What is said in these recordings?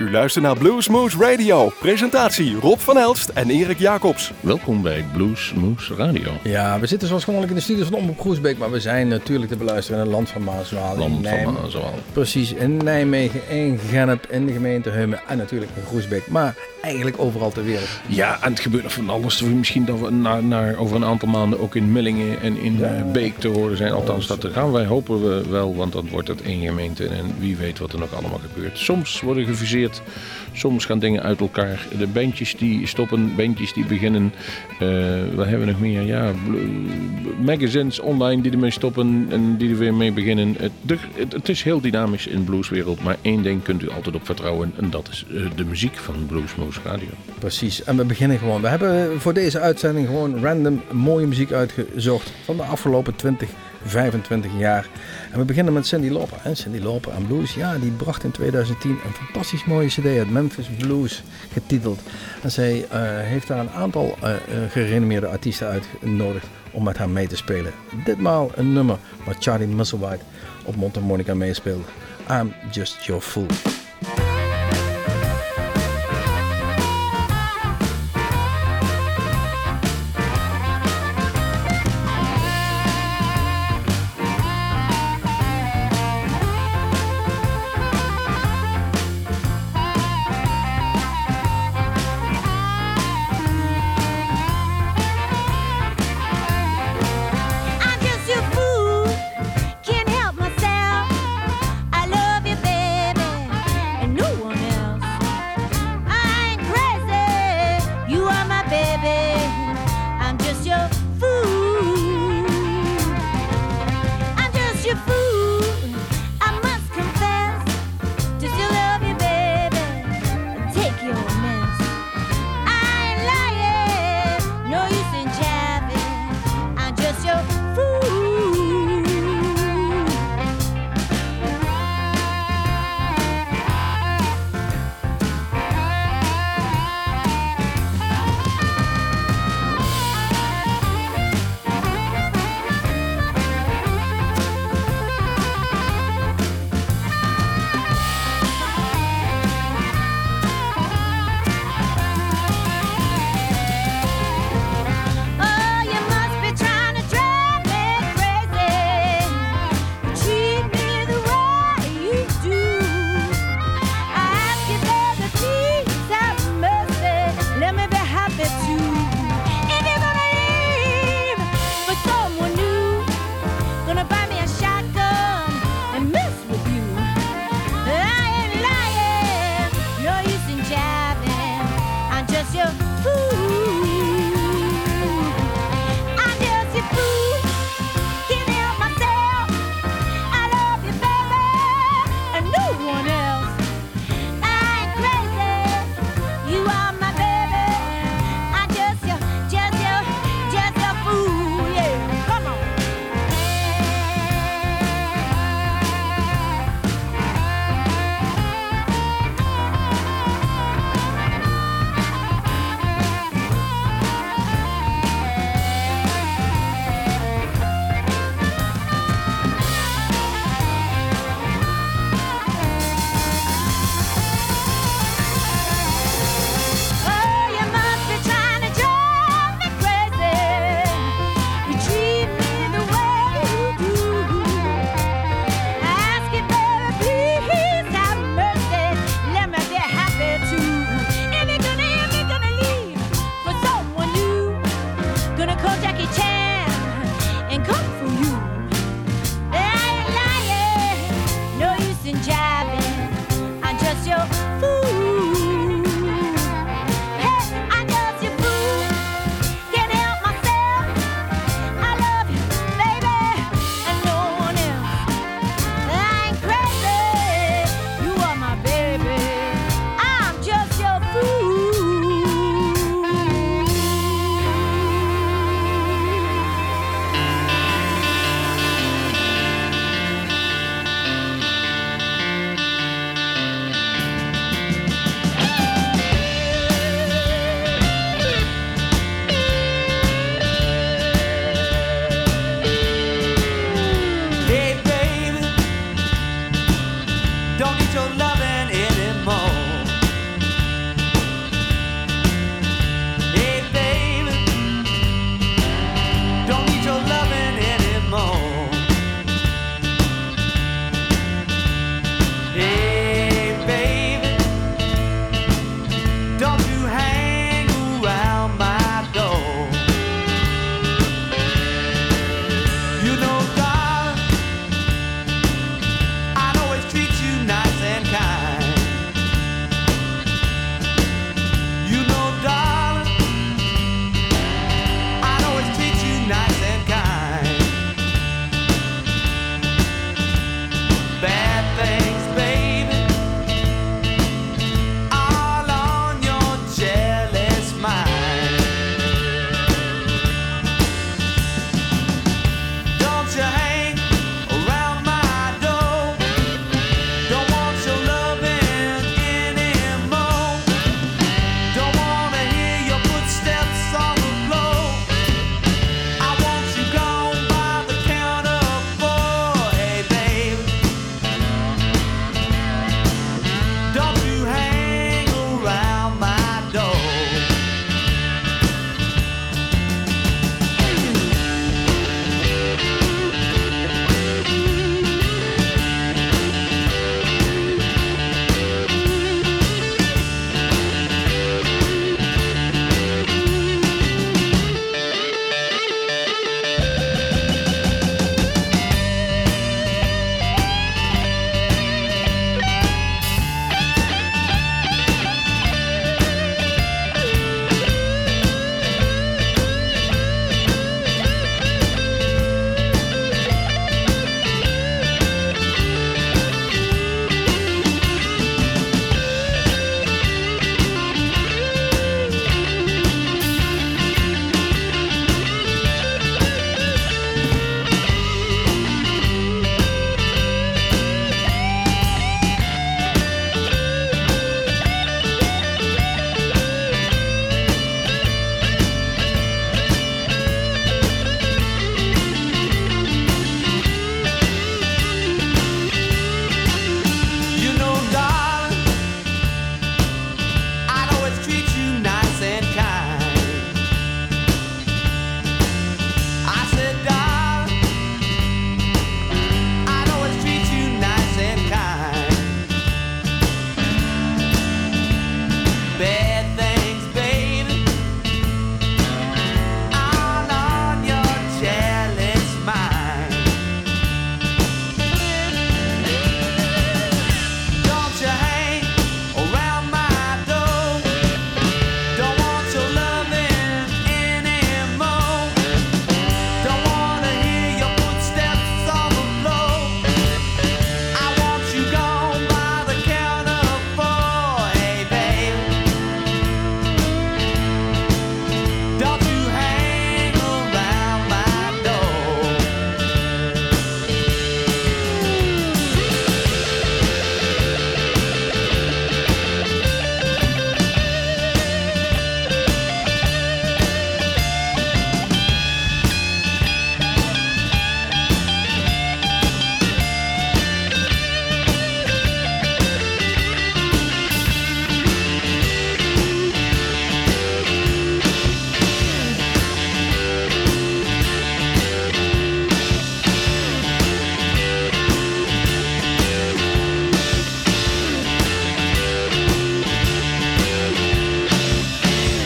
U luistert naar Bluesmoose Radio. Presentatie Rob van Elst en Erik Jacobs. Welkom bij Bluesmoose Radio. Ja, we zitten zoals gewoonlijk in de studios van Omroep Groesbeek, maar we zijn natuurlijk te beluisteren in het Land van Maaswaal. Precies, in Nijmegen, in Gennep, in de gemeente Hummen en natuurlijk in Groesbeek, maar eigenlijk overal ter wereld. Ja, en het gebeurt nog van alles. Misschien dat we over een aantal maanden ook in Millingen en in Beek te horen zijn. Althans, dat gaan wij hopen we wel, want dan wordt het één gemeente en wie weet wat er nog allemaal gebeurt. Soms worden gefuseerd, soms gaan dingen uit elkaar. De bandjes die stoppen, bandjes die beginnen. Wat hebben we nog meer? Ja, magazines online die ermee stoppen en die er weer mee beginnen. Het is heel dynamisch in de blueswereld, maar één ding kunt u altijd op vertrouwen en dat is de muziek van Bluesmoose Radio. Precies, en we beginnen gewoon. We hebben voor deze uitzending gewoon random mooie muziek uitgezocht van de afgelopen 25 jaar. En we beginnen met Cyndi Lauper. En Cyndi Lauper aan blues, ja, die bracht in 2010 een fantastisch mooie cd uit, Memphis Blues getiteld. En zij heeft daar een aantal gerenommeerde artiesten uitgenodigd om met haar mee te spelen. Ditmaal een nummer waar Charlie Musselwhite op mondharmonica meespeelde. I'm Just Your Fool.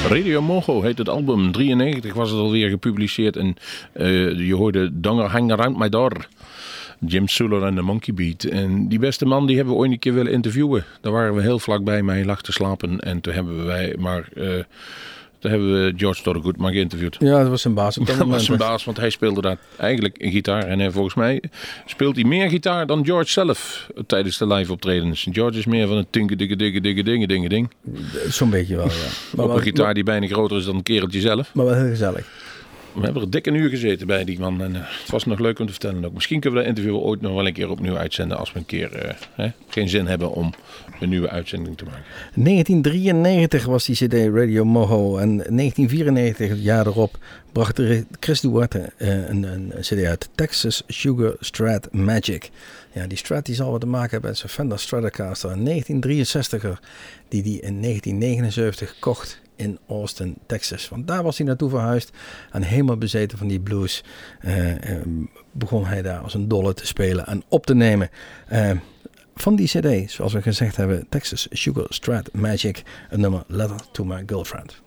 Radio Moho heet het album. 93 was het alweer gepubliceerd. En je hoorde Don't Hang Around My Door. Jim Suller en de Monkey Beat. En die beste man die hebben we ooit een keer willen interviewen. Daar waren we heel vlakbij, maar hij lag te slapen. En toen hebben we George Thorogood maar geïnterviewd. Ja, dat was zijn baas. Dat was zijn baas, want hij speelde daar eigenlijk een gitaar. En volgens mij speelt hij meer gitaar dan George zelf tijdens de live optredens. George is meer van een tinke dikke dikke ding. Zo'n beetje wel, ja. Maar op een gitaar die bijna groter is dan een kereltje zelf. Maar wel heel gezellig. We hebben er dik een uur gezeten bij die man. En het was nog leuk om te vertellen ook. Misschien kunnen we dat interview ooit nog wel een keer opnieuw uitzenden. Als we een keer geen zin hebben om een nieuwe uitzending te maken. 1993 was die cd Radio Moho. En 1994, het jaar erop, bracht Chris Duarte een cd uit. Texas Sugar Strat Magic. Ja, die Strat die zal wat te maken hebben met zijn Fender Stratocaster. Een 1963er die in 1979 kocht in Austin, Texas. Want daar was hij naartoe verhuisd. En helemaal bezeten van die blues begon hij daar als een dolle te spelen en op te nemen. Van die cd, zoals we gezegd hebben, Texas Sugar Strat Magic, een nummer Letter to My Girlfriend.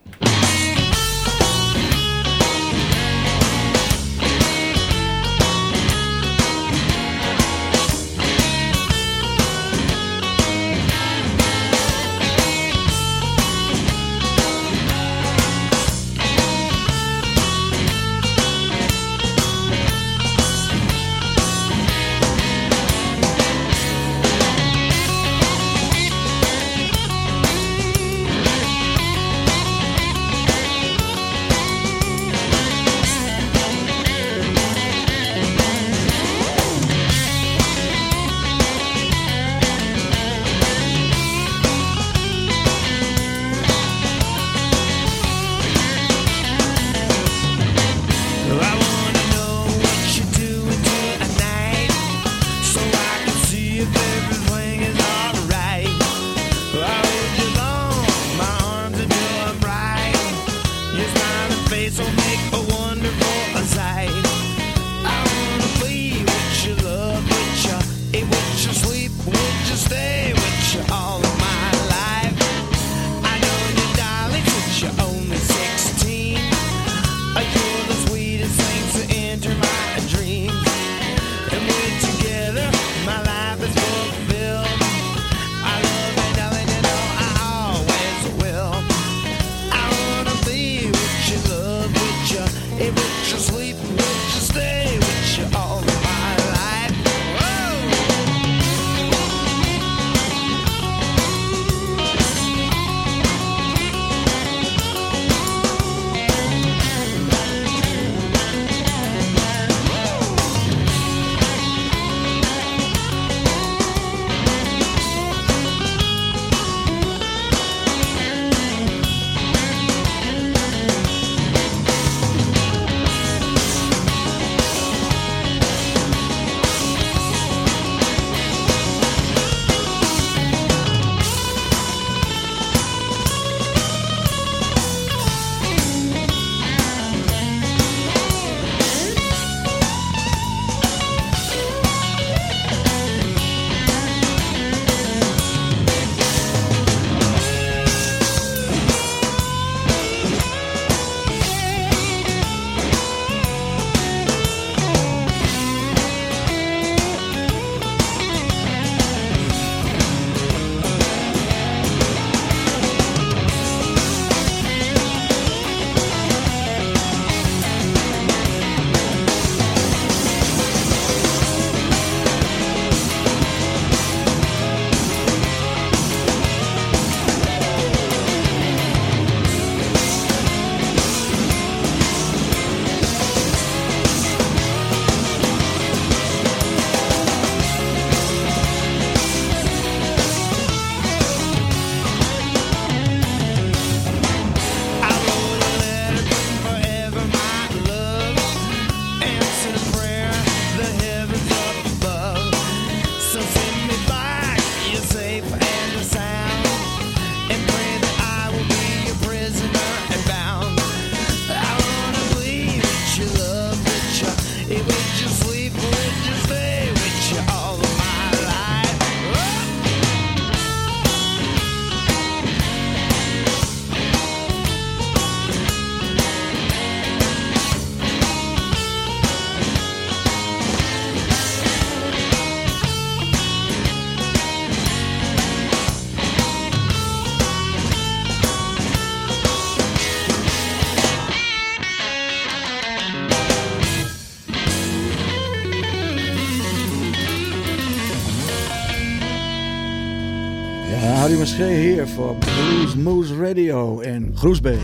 Ja, Harry Maschee hier voor Blues Moose Radio in Groesbeek.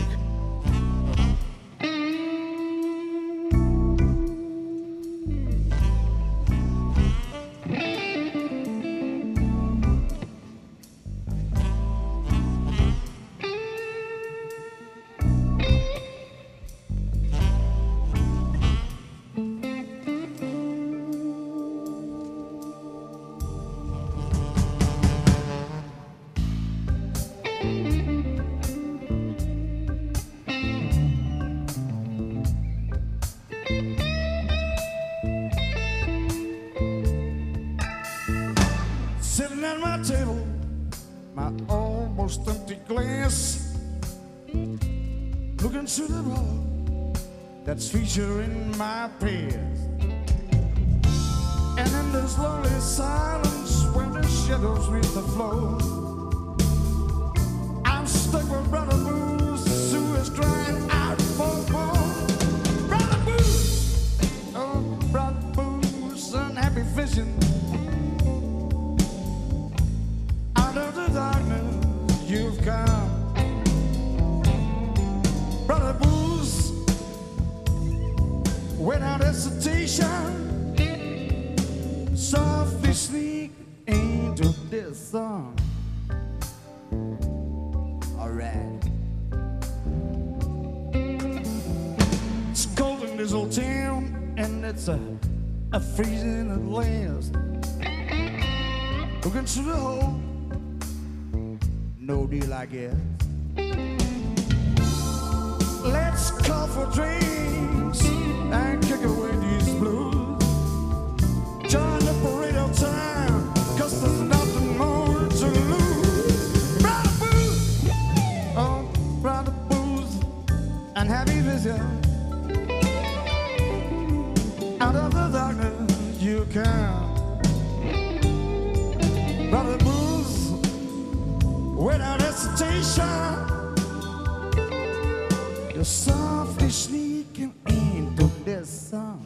That's featuring my past. And in this lonely silence when the shadows reach the floor, I'm stuck with Brother Blues, who is crying out for more. Brother Blues, oh Brother Blues, unhappy vision. Out of the darkness you've come. Brother Blues, without hesitation, softly sneak into this song. Alright. It's cold in this old town, and it's a freezing at last. Looking through the hole, no deal I guess. Let's call for drinks and kick away these blues. Join the parade of time, 'cause there's nothing more to lose. Brother Blues, oh Brother Blues, unhappy vision. Out of the darkness you come. Brother Blues, without hesitation, you're softly sneaking into this song.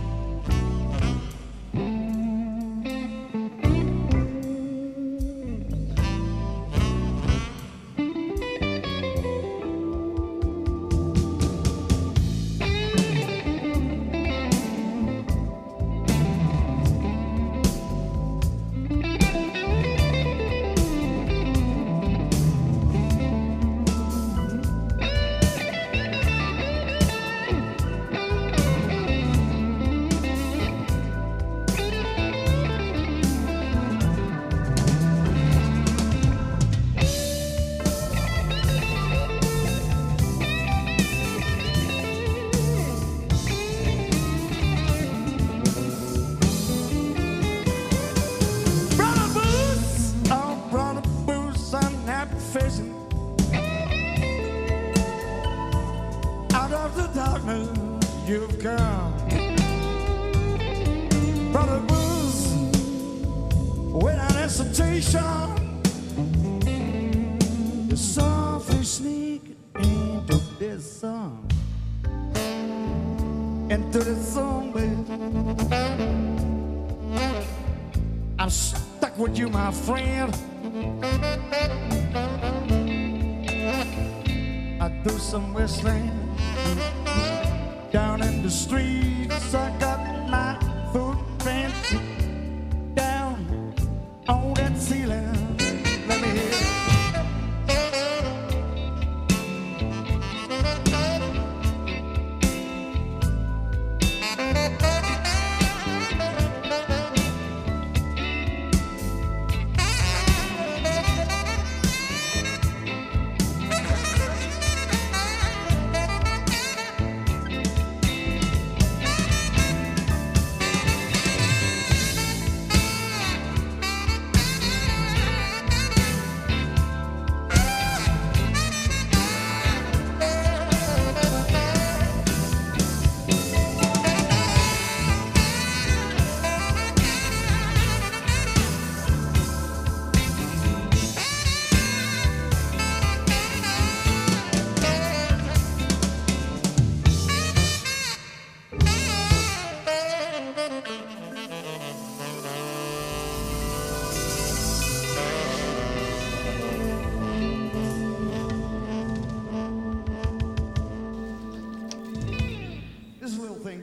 I'm stuck with you, my friend. I do some whistling down in the streets. I got my footprints down on that ceiling. Let me hear it.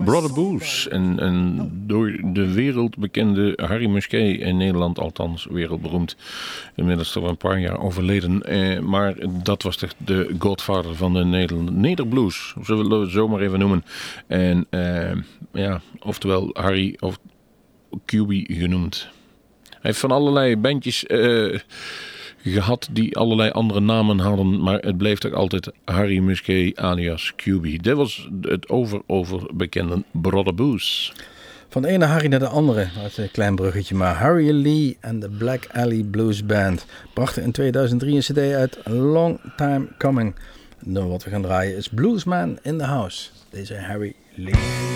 Brother Booze. En door de wereldbekende Harry Musquet, in Nederland althans wereldberoemd. Inmiddels al een paar jaar overleden. Maar dat was de godfather van de Nederblues. Zullen we het zo maar even noemen. En oftewel Harry of QB genoemd. Hij heeft van allerlei bandjes gehad die allerlei andere namen hadden, maar het bleef toch altijd Harry Musquet alias QB. Dat was het overbekende Brother Booze. Van de ene Harry naar de andere, dat is een klein bruggetje, maar Harry Lee en de Black Alley Blues Band brachten in 2003 een cd uit, Long Time Coming. Nou, wat we gaan draaien is Bluesman in the House. Deze Harry Lee.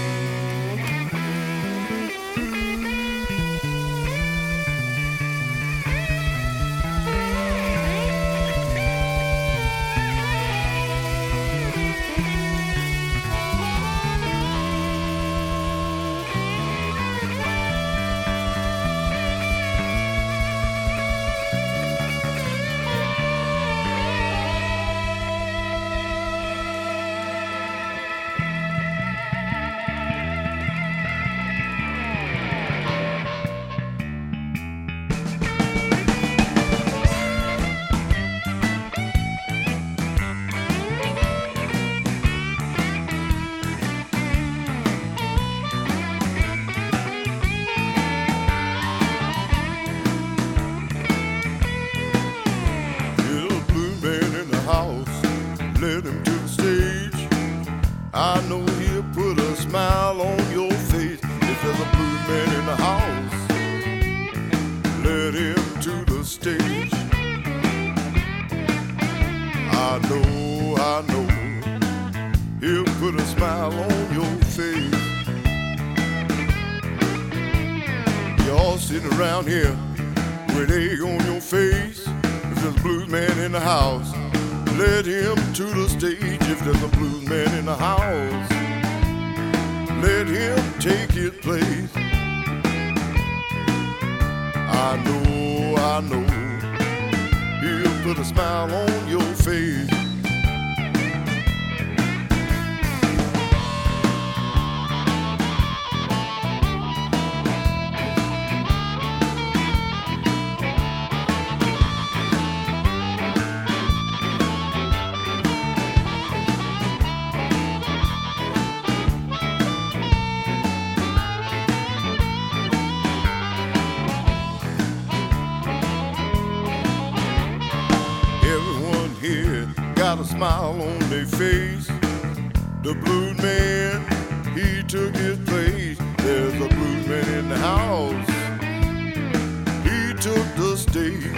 Got a smile on their face. The blues man, he took his place. There's a blues man in the house. He took the stage.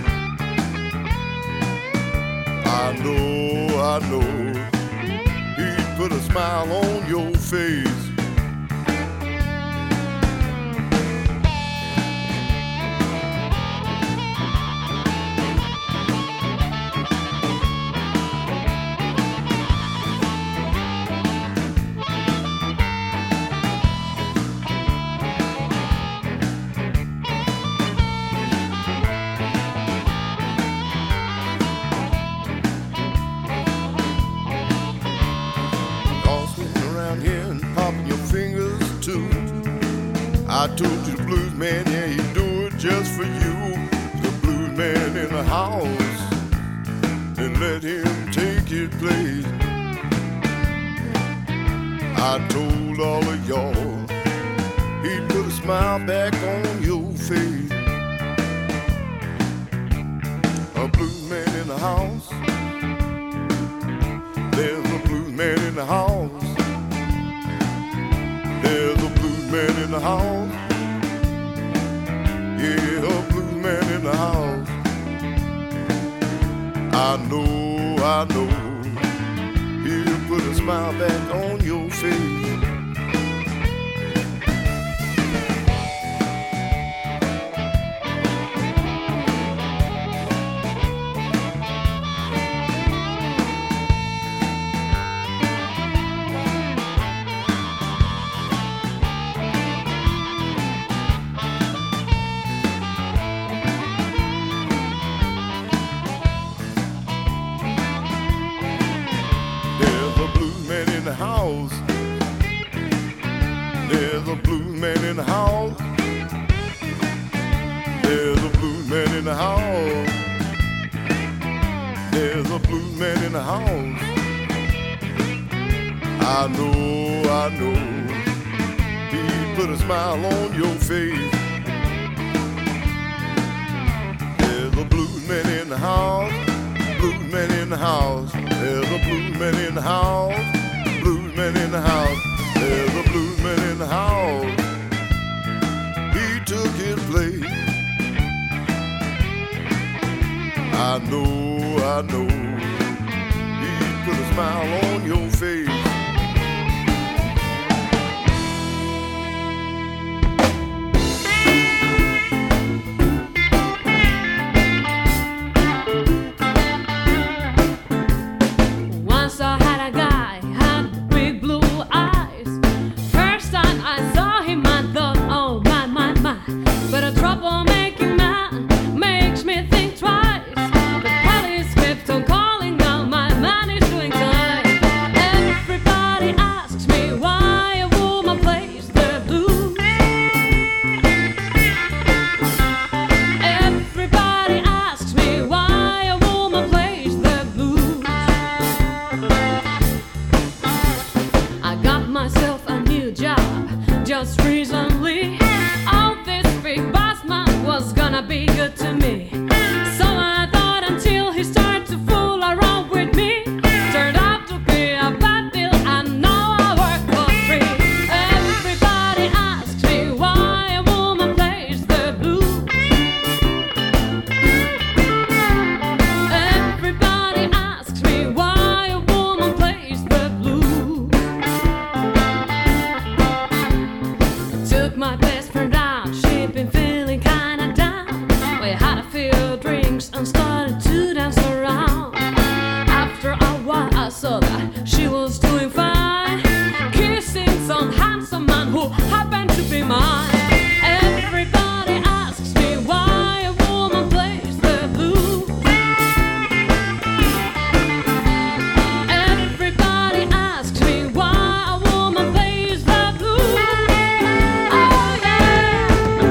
I know. He put a smile on your face. I told you the blues man, yeah, he do it just for you. The blues man in the house, and let him take his place. I told all of y'all, he put a smile back on your face. A blues man in the house, there's a blues man in the house. There's a blues man in the house. Yeah, a blues man in the house. I know. He'll put a smile back on your face. I know, he put a smile on your face. There's a blues man in the house, blues man in the house. There's a blues man in the house, blues man in the house. There's a blues man in the house. He took his place. I know, he put a smile on your face. Once I had a guy, had big blue eyes. First time I saw him, I thought, oh my. But a troublemaking man makes me think twice. The police kept on calling, now my man is doing time. Everybody asks me why a woman plays the blues. Everybody asks me why a woman plays the blues. I got myself a new job just recently. Oh, this big boss man was gonna be good to me. So I thought until he started to fool around with me. Turned out to be a bad deal and now I work for free. Everybody asks me why a woman plays the blues. Everybody asks me why a woman plays the blues. Took my best friend out, she'd been feeling kinda down. We had a few drinks and started to dance around. After a while I saw that she was doing fine, kissing some handsome man who happened to be mine. Everybody asks me why a woman plays the blues. Everybody asks me why a woman plays the blues. Oh yeah.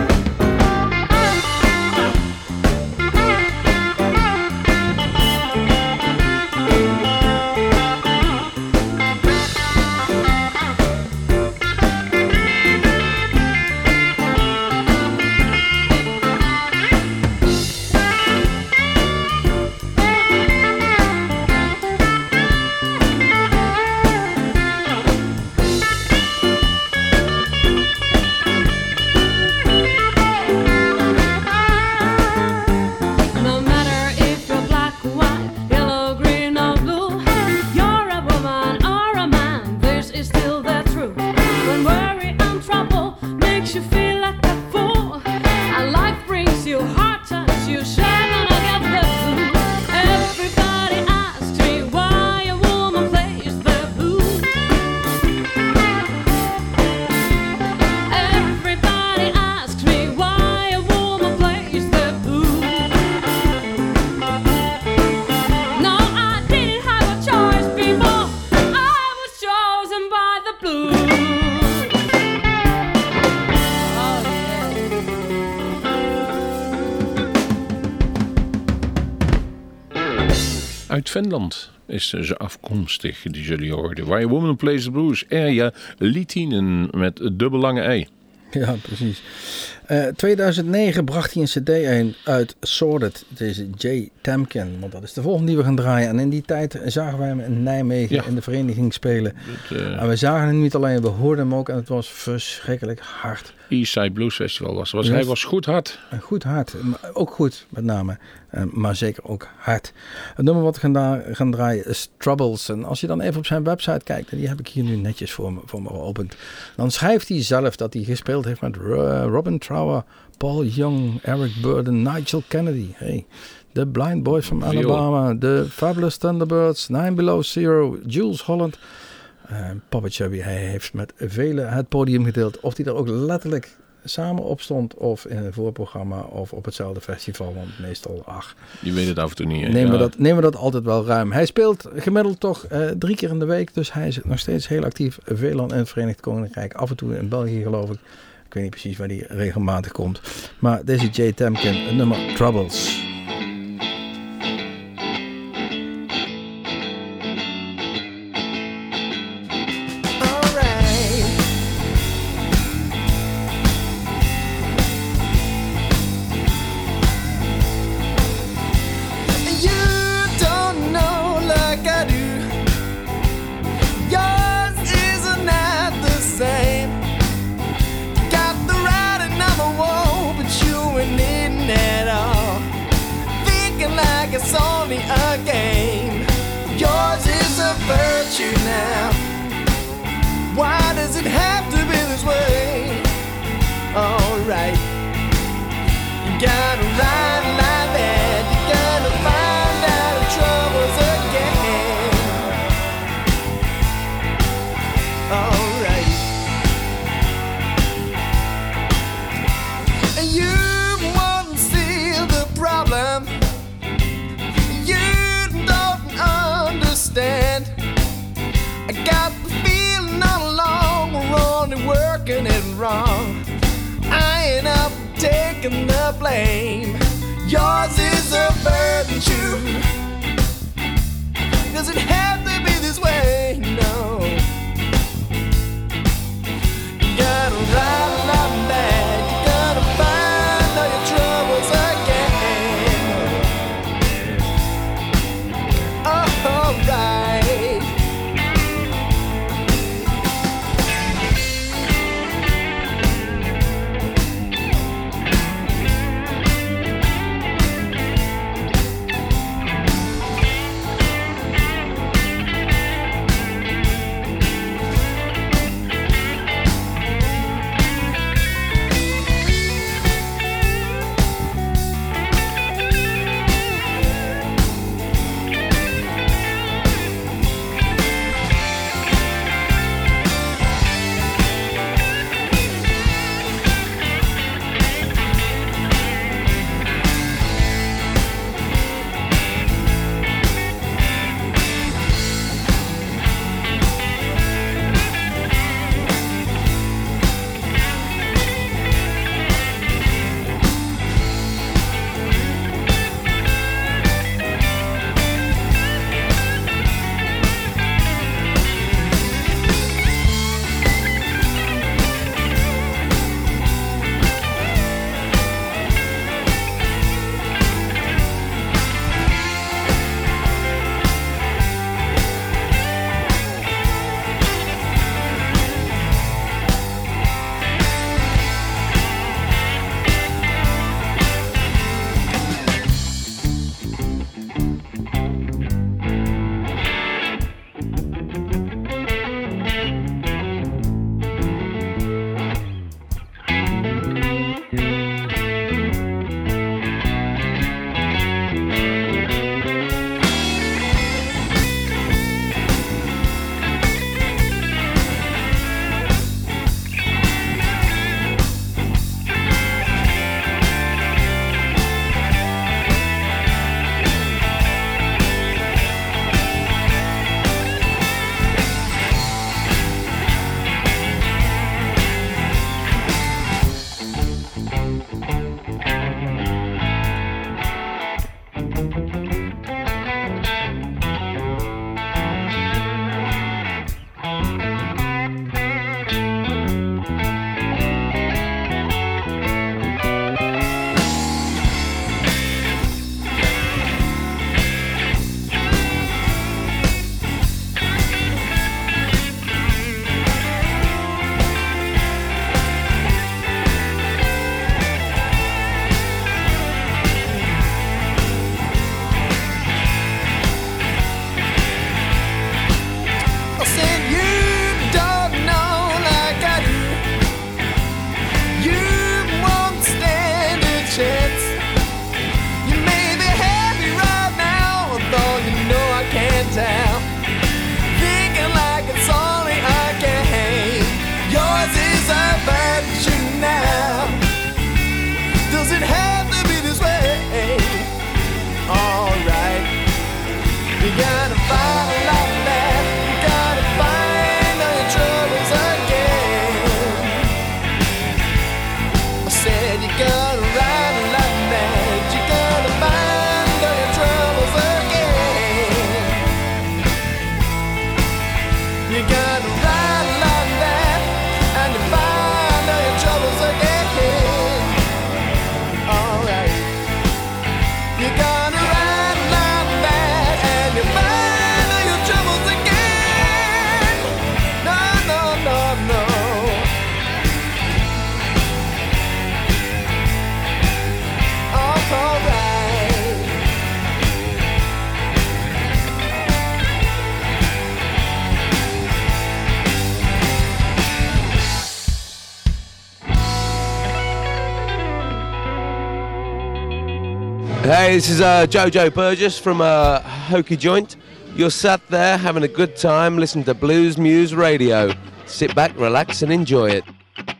No matter if you're black, white, yellow, green or blue, you're a woman or a man, this is still the truth. When worry and trouble makes you feel like a fool, and life brings you hard times, you sure gonna get the blues. Everybody asks me why a woman plays the blues. Everybody asks me why a woman plays the blues. No, I didn't have a choice, people. I was chosen by the blues. Oh yeah. Uit Finland is ze afkomstig, die jullie hoorden. Why a Woman Plays the Blues. Erja Littinen met dubbel lange ei. Ja, precies. 2009 bracht hij een cd uit Sorted. Deze J. Tamkin. Want dat is de volgende die we gaan draaien. En in die tijd zagen wij hem in Nijmegen in de vereniging spelen. En we zagen hem niet alleen, we hoorden hem ook. En het was verschrikkelijk hard. Eastside Blues Festival was. Hij was goed hard. Goed hard. Ook goed met name. Maar zeker ook hard. Het nummer wat we gaan draaien is Troubles. En als je dan even op zijn website kijkt. En die heb ik hier nu netjes voor me geopend. Dan schrijft hij zelf dat hij gespeeld heeft met Robin Trower, Paul Young, Eric Burden, Nigel Kennedy. Hey, de Blind Boys from Alabama. De Fabulous Thunderbirds. 9 Below Zero. Jules Holland. Papa Chubby. Hij heeft met velen het podium gedeeld. Of hij er ook letterlijk samen op stond. Of in een voorprogramma. Of op hetzelfde festival. Want meestal, Je weet het af en toe niet. Nemen we dat altijd wel ruim. Hij speelt gemiddeld toch 3 keer in de week. Dus hij is nog steeds heel actief. Veelal in het Verenigd Koninkrijk. Af en toe in België geloof ik. Ik weet niet precies waar die regelmatig komt. Maar deze J. Tamkin, het nummer Troubles. like it's only a game. Yours is a virtue now. Why does it have to be this way? Alright, you gotta ride like that. You're gonna find out the troubles again. Alright, you won't see the problem. You don't understand. I got the feeling all along we're only working it wrong. I ain't up taking the blame. Yours is a virtue. Does it have to be this way? No. You gotta ride like that. You gotta find all your troubles again. Alright. You gotta ride like that and you Hey, this is Jojo Burgess from Hokey Joint. You're sat there having a good time listening to Blues Muse Radio. Sit back, relax and enjoy it.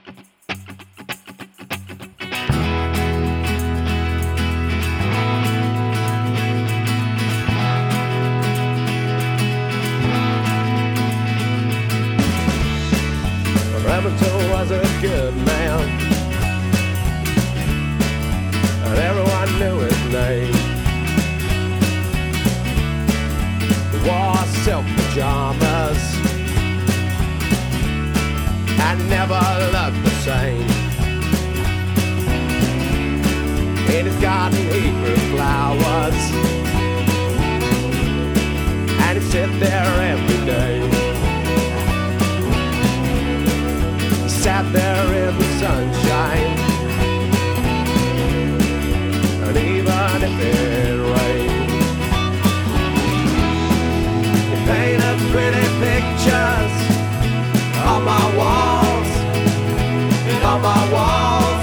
Remington was a good man, and everyone knew his name. He wore silk pajamas and never looked the same. In his garden he grew flowers, and he'd sit there every day. Sat there in the sunshine, and even if it rained, he painted pretty pictures on my walls, on my walls.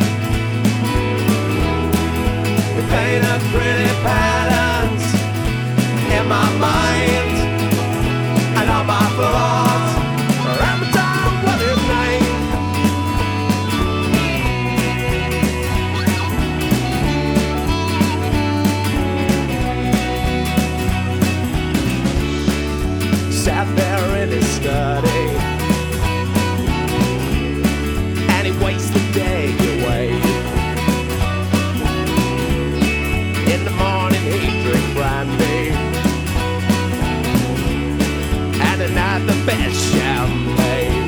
He painted pretty patterns in my mind and on my floors. Remington was his name. Sat there in his study, and he wasted the day away. In the morning he'd drink brandy, and at night the best champagne.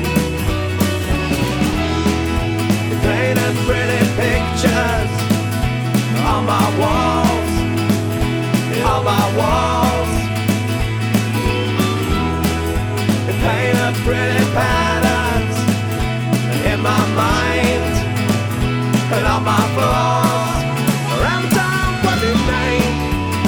He painted pretty pictures on my walls, on my walls. Painted pretty patterns in my mind and on my floors. Remington was his name.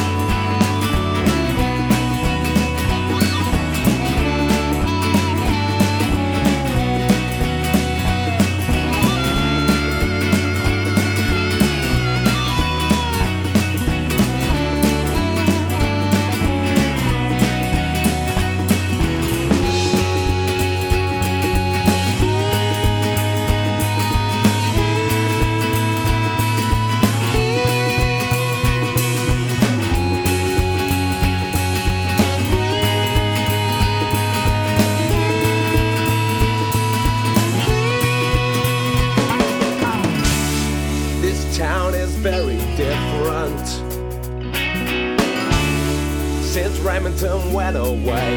Remington went away,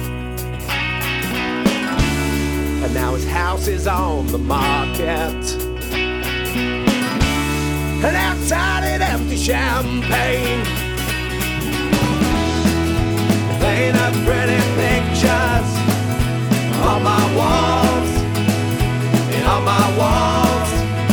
and now his house is on the market, and outside it empty champagne. Painted pretty pictures on my walls, on my walls.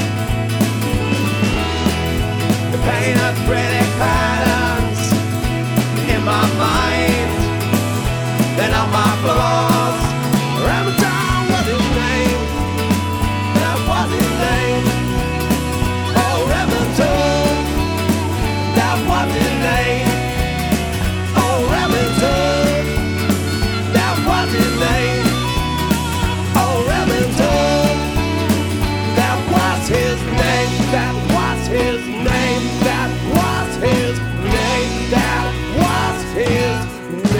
Painted pretty patterns in my mind, then on my floors. Remington was his name, that was his name. Oh, Remington, that was his name. Oh, Remington, that was his name. Oh, Remington, that was his name, that was his name, that was his name, that was his name.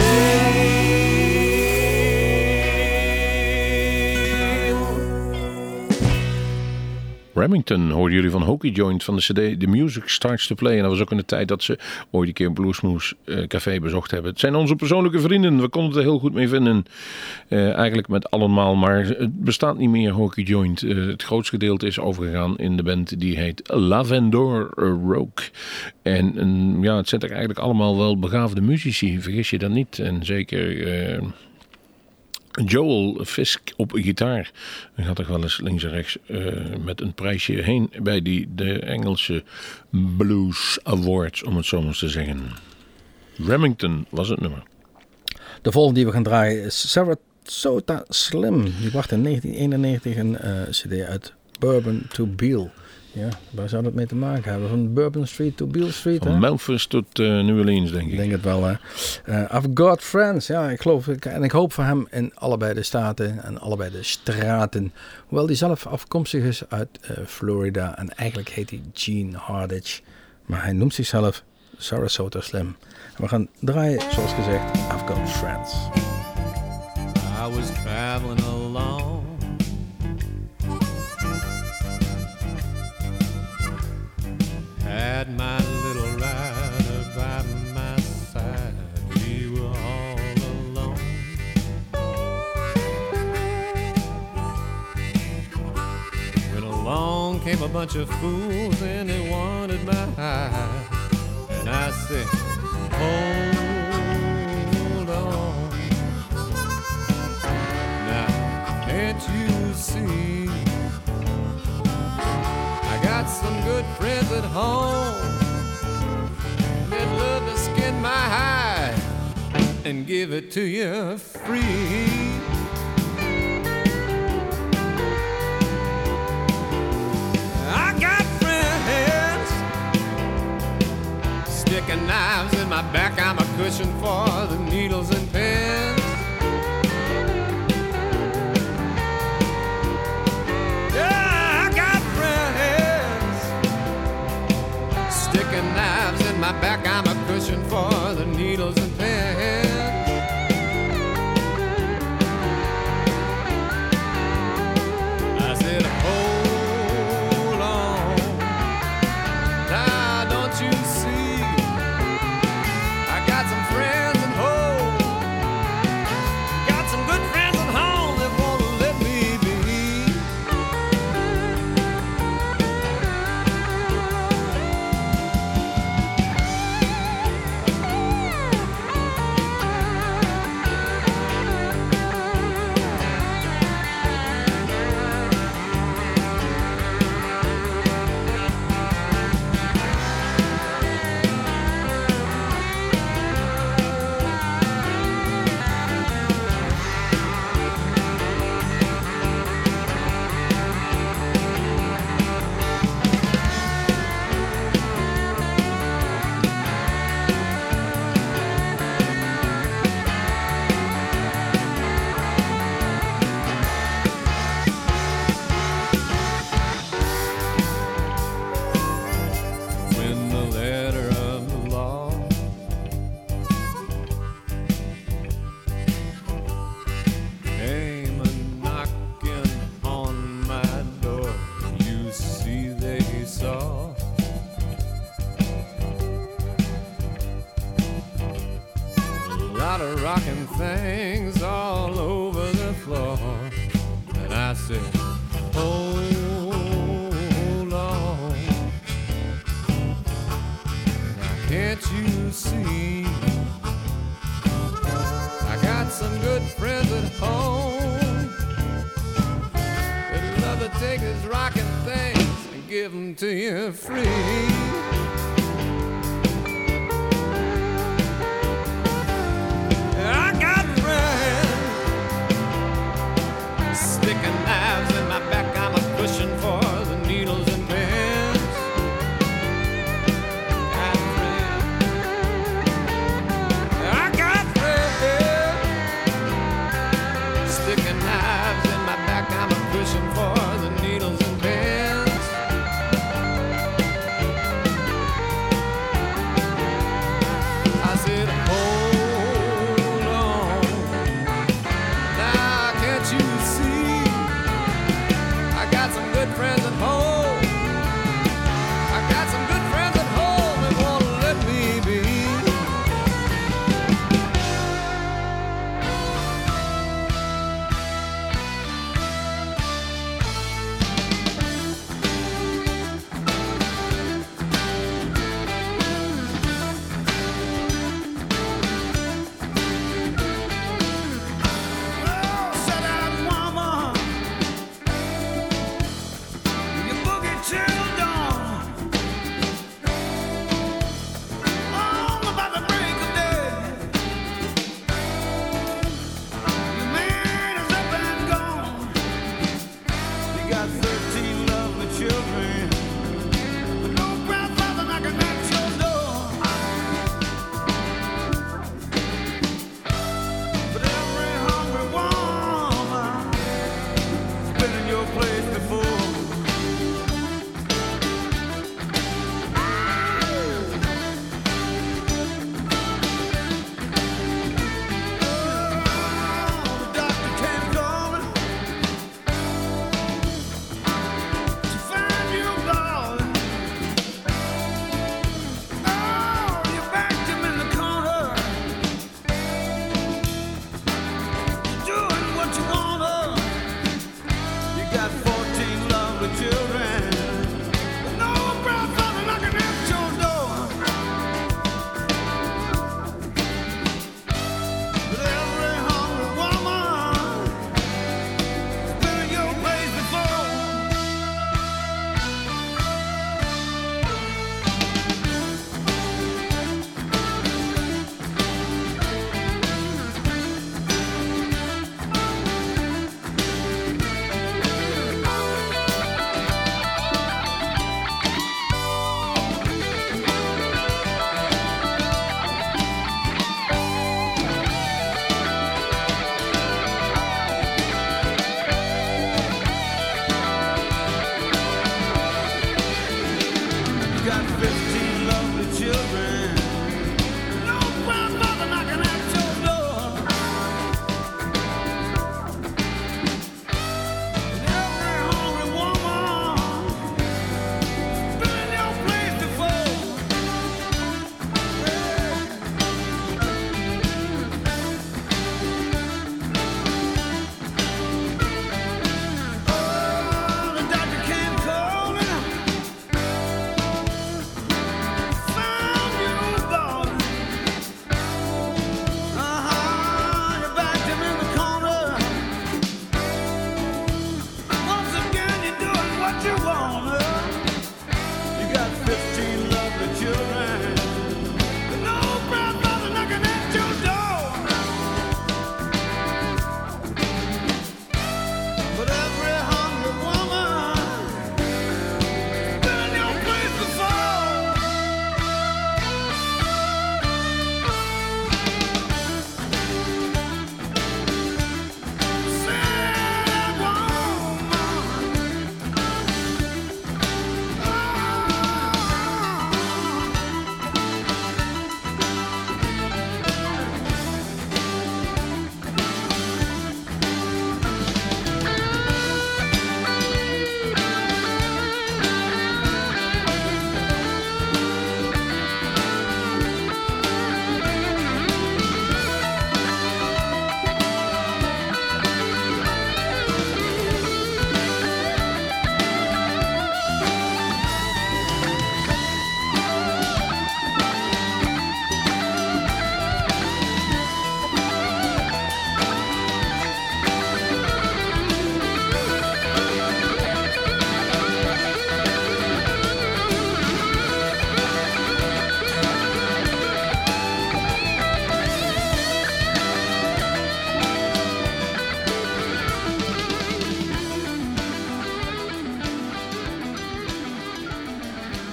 Remington hoorden jullie van Hokey Joint van de CD The Music Starts to Play. En dat was ook in de tijd dat ze ooit een keer Bluesmoose Café bezocht hebben. Het zijn onze persoonlijke vrienden. We konden het er heel goed mee vinden. Eigenlijk met allemaal, maar het bestaat niet meer, Hokey Joint. Het grootste gedeelte is overgegaan in de band die heet Lavendor Rogue. En ja, het zijn er eigenlijk allemaal wel begaafde muzici, vergis je dat niet. En zeker Joel Fisk op gitaar. Hij gaat toch wel eens links en rechts met een prijsje heen bij de Engelse Blues Awards, om het zo maar te zeggen. Remington was het nummer. De volgende die we gaan draaien is Sarasota Slim. Die bracht in 1991 een cd uit, Bourbon to Beale. Ja, waar zou dat mee te maken hebben? Van Bourbon Street to Beale Street, hè? Van Memphis tot New Orleans, denk ik. Ik denk het wel, hè. I've Got Friends, ja, ik geloof. En ik hoop voor hem in allebei de staten en allebei de straten. Hoewel hij zelf afkomstig is uit Florida. En eigenlijk heet hij Gene Hardage. Maar hij noemt zichzelf Sarasota Slim. En we gaan draaien, zoals gezegd, I've Got Friends. I was traveling alone. Had my little rider by my side. We were all alone. When along came a bunch of fools and they wanted my hide. And I said, hold on. Now, can't you see? I got some good friends at home. They'd love to skin my hide and give it to you free. I got friends sticking knives in my back. I'm a cushion for the needles and pins. Knives in my back, I'm a cushion for the needles and pins. I said, hold on. Now, don't you see? I got some friends at home. Got some good friends at home that won't let me be. lot of rocking things all over the floor. And I said, hold on. Now can't you see? I got some good friends at home that love to take his rocking things and give them to you free. Sticking knives in my back, I'm a pushing for the needles and pins. I got friends. Sticking knives in my back, I'm a pushing for the needles and pins. I said, hold on. Now can't you see? Got some good friends at home. I got some good friends at home that won't let me be.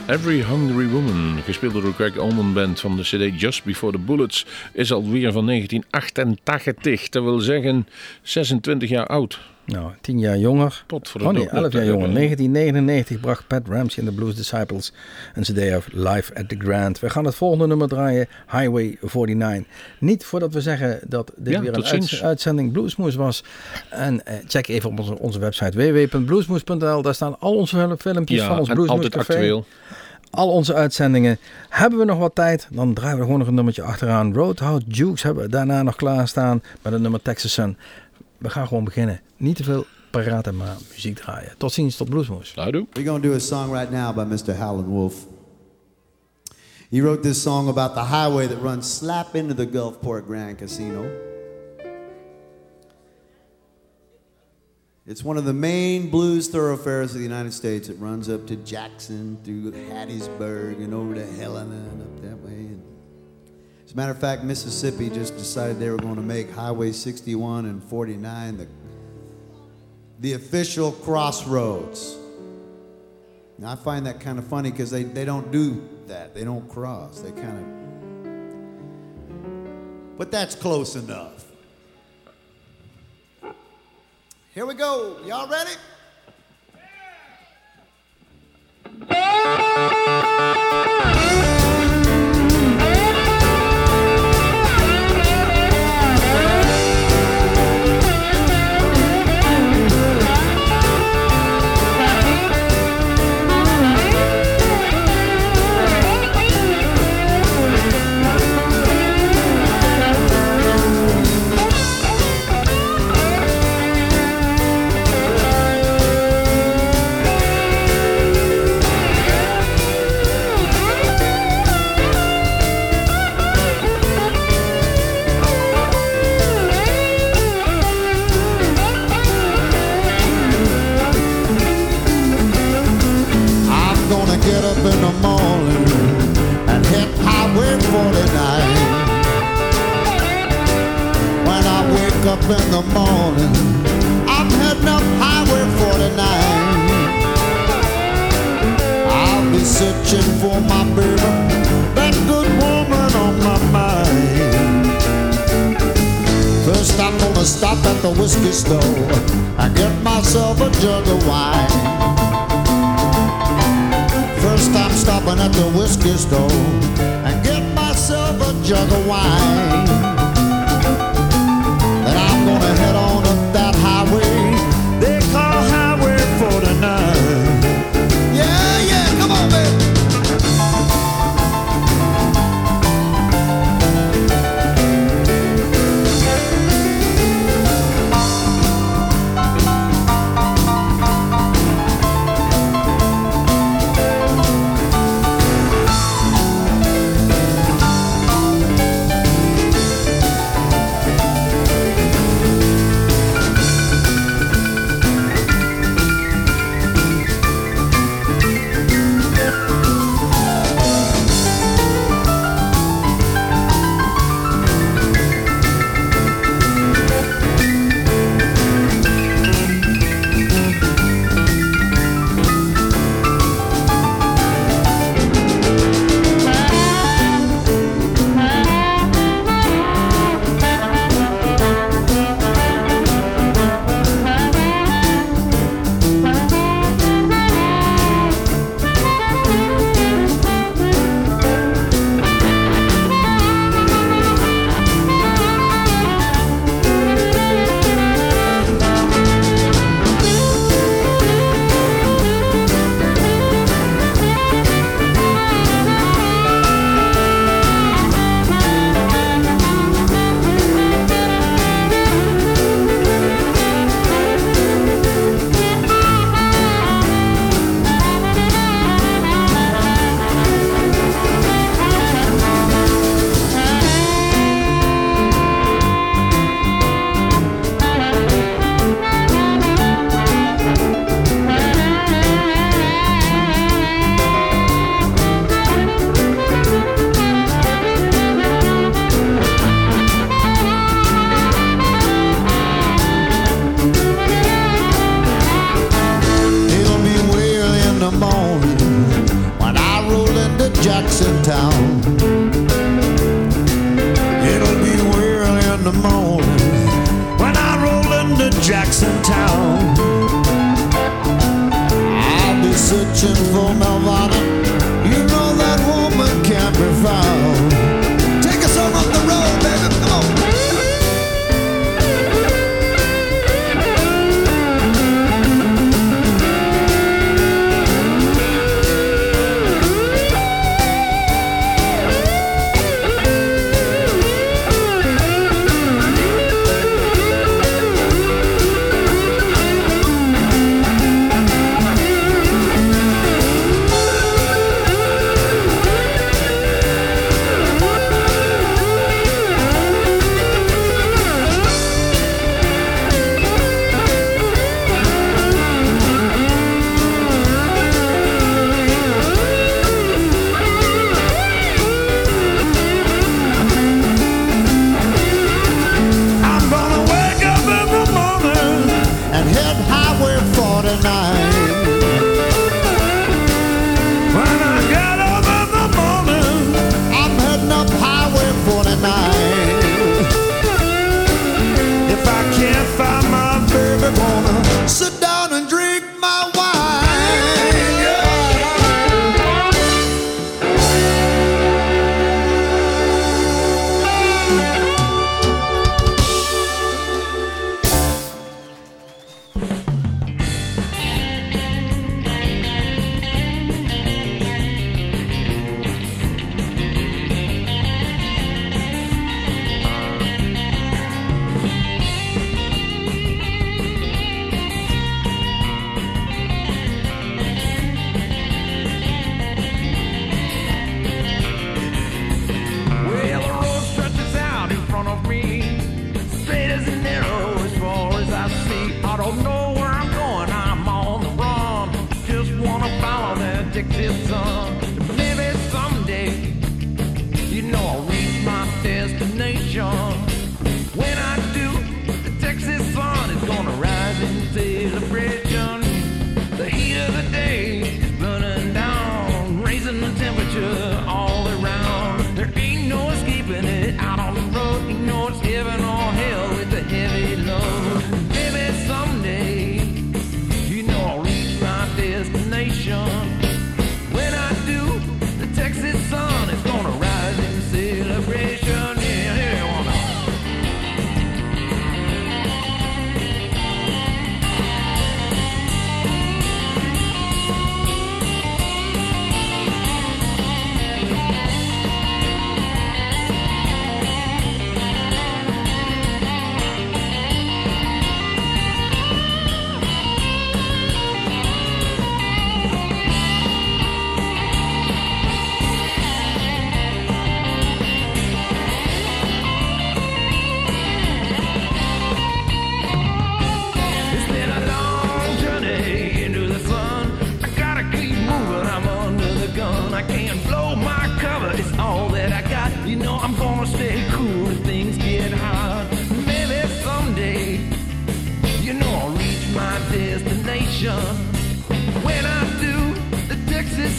Every Hungry Woman, gespeeld door de Craig Allman Band van de CD Just Before the Bullets, is alweer van 1988. Dat wil zeggen 26 jaar oud. Nou, 10 jaar jonger. 11 jaar jonger. 1999 bracht Pat Ramsey en de Blues Disciples een CD of Live at the Grand. We gaan het volgende nummer draaien, Highway 49. Niet voordat we zeggen dat dit weer een uitzending Bluesmoose was. En check even op onze website www.bluesmoose.nl. Daar staan al onze filmpjes van ons Bluesmoose altijd Café. Actueel. Al onze uitzendingen. Hebben we nog wat tijd, dan draaien we gewoon nog een nummertje achteraan. Roadhouse Jukes hebben we daarna nog klaarstaan met het nummer Texas Sun. We gaan gewoon beginnen. Niet te veel paraten, maar muziek draaien. Tot ziens, tot Bluesmoose. We're going to do a song right now by Mr. Howlin' Wolf. He wrote this song about the highway that runs slap into the Gulfport Grand Casino. It's one of the main blues thoroughfares of the United States. It runs up to Jackson, through Hattiesburg, and over to Helena, and up that way. And as a matter of fact, Mississippi just decided they were going to make Highway 61 and 49 the official crossroads. Now, I find that kind of funny because they don't do that. They don't cross. They kind of... But that's close enough. Here we go. Y'all ready? In the morning and hit Highway 49. When I wake up in the morning, I'm heading up Highway 49. I'll be searching for my baby, that good woman on my mind. First I'm gonna stop at the whiskey store and get myself a jug of wine. First I'm stopping at the whiskey store and get myself a jug of wine. Then I'm gonna head on up that highway they call Highway 49. Yeah, yeah, come on, baby.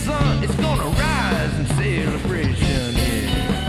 sun is gonna rise in celebration. Yeah.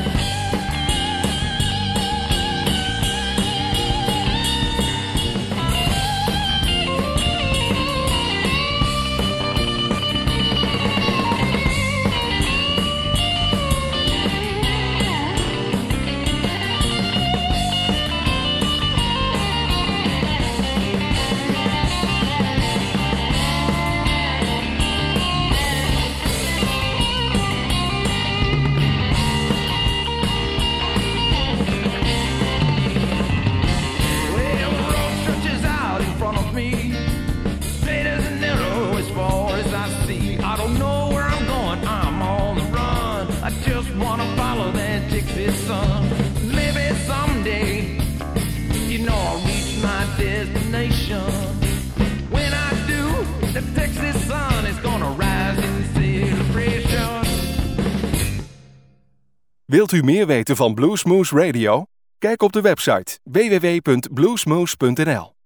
Maybe someday, you know, I'll reach my destination. When I do, the Texas sun is gonna rise in celebration. Wilt u meer weten van Bluesmoose Radio? Kijk op de website www.bluesmoose.nl.